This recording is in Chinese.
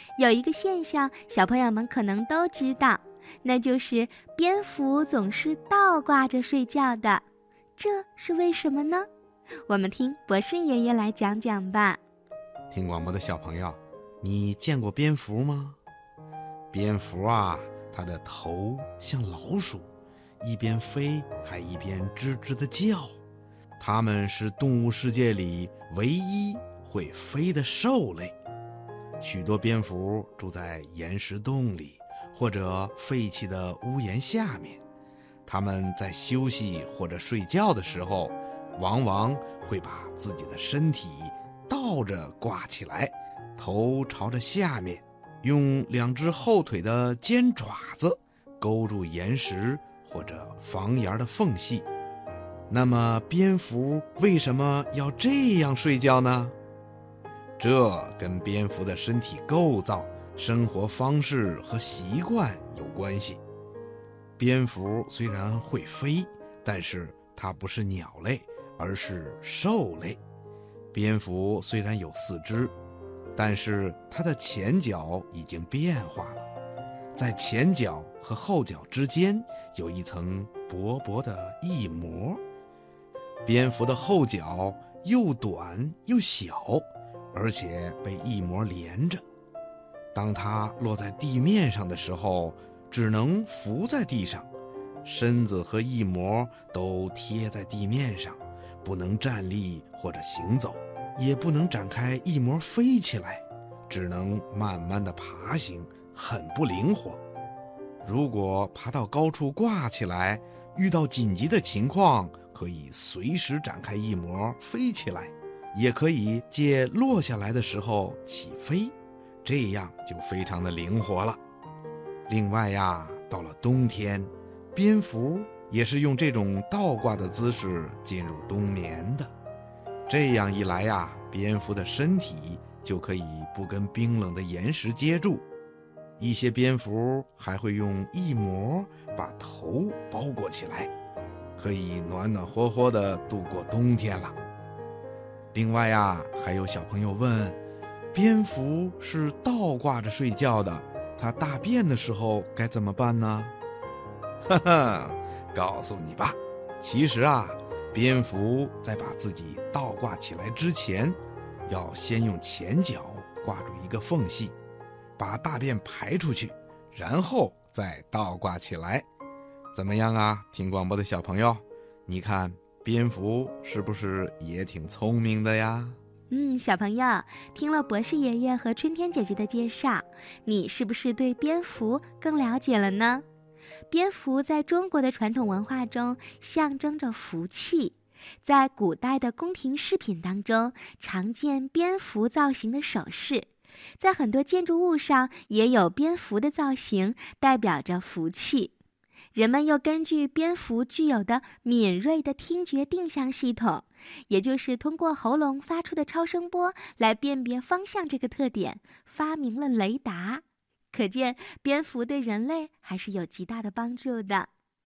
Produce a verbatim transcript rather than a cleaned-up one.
有一个现象，小朋友们可能都知道，那就是蝙蝠总是倒挂着睡觉的，这是为什么呢？我们听博士爷爷来讲讲吧。 听广播的小朋友，你见过蝙蝠吗？蝙蝠啊，它的头像老鼠，一边飞还一边吱吱地叫。它们是动物世界里唯一会飞的兽类。许多蝙蝠住在岩石洞里或者废弃的屋檐下面，它们在休息或者睡觉的时候，往往会把自己的身体倒着挂起来，头朝着下面，用两只后腿的尖爪子勾住岩石或者房檐的缝隙。那么蝙蝠为什么要这样睡觉呢？这跟蝙蝠的身体构造、生活方式和习惯有关系。蝙蝠虽然会飞，但是它不是鸟类，而是兽类。蝙蝠虽然有四肢，但是它的前脚已经变化了，在前脚和后脚之间有一层薄薄的翼膜。蝙蝠的后脚又短又小，而且被翼膜连着。当它落在地面上的时候，只能浮在地上，身子和翼膜都贴在地面上，不能站立或者行走，也不能展开翼膜飞起来，只能慢慢地爬行，很不灵活。如果爬到高处挂起来，遇到紧急的情况，可以随时展开翼膜飞起来，也可以借落下来的时候起飞，这样就非常的灵活了。另外呀，到了冬天，蝙蝠也是用这种倒挂的姿势进入冬眠的。这样一来呀，蝙蝠的身体就可以不跟冰冷的岩石接触。一些蝙蝠还会用翼膜把头包裹起来，可以暖暖和和地度过冬天了。另外呀，还有小朋友问，蝙蝠是倒挂着睡觉的，它大便的时候该怎么办呢？哈哈，告诉你吧，其实啊，蝙蝠在把自己倒挂起来之前，要先用前脚挂住一个缝隙，把大便排出去，然后再倒挂起来。怎么样啊，听广播的小朋友，你看蝙蝠是不是也挺聪明的呀？ 嗯，小朋友，听了博士爷爷和春天姐姐的介绍，你是不是对蝙蝠更了解了呢？蝙蝠在中国的传统文化中象征着福气，在古代的宫廷饰品当中常见蝙蝠造型的首饰，在很多建筑物上也有蝙蝠的造型，代表着福气。人们又根据蝙蝠具有的敏锐的听觉定向系统，也就是通过喉咙发出的超声波来辨别方向这个特点，发明了雷达。可见蝙蝠对人类还是有极大的帮助的。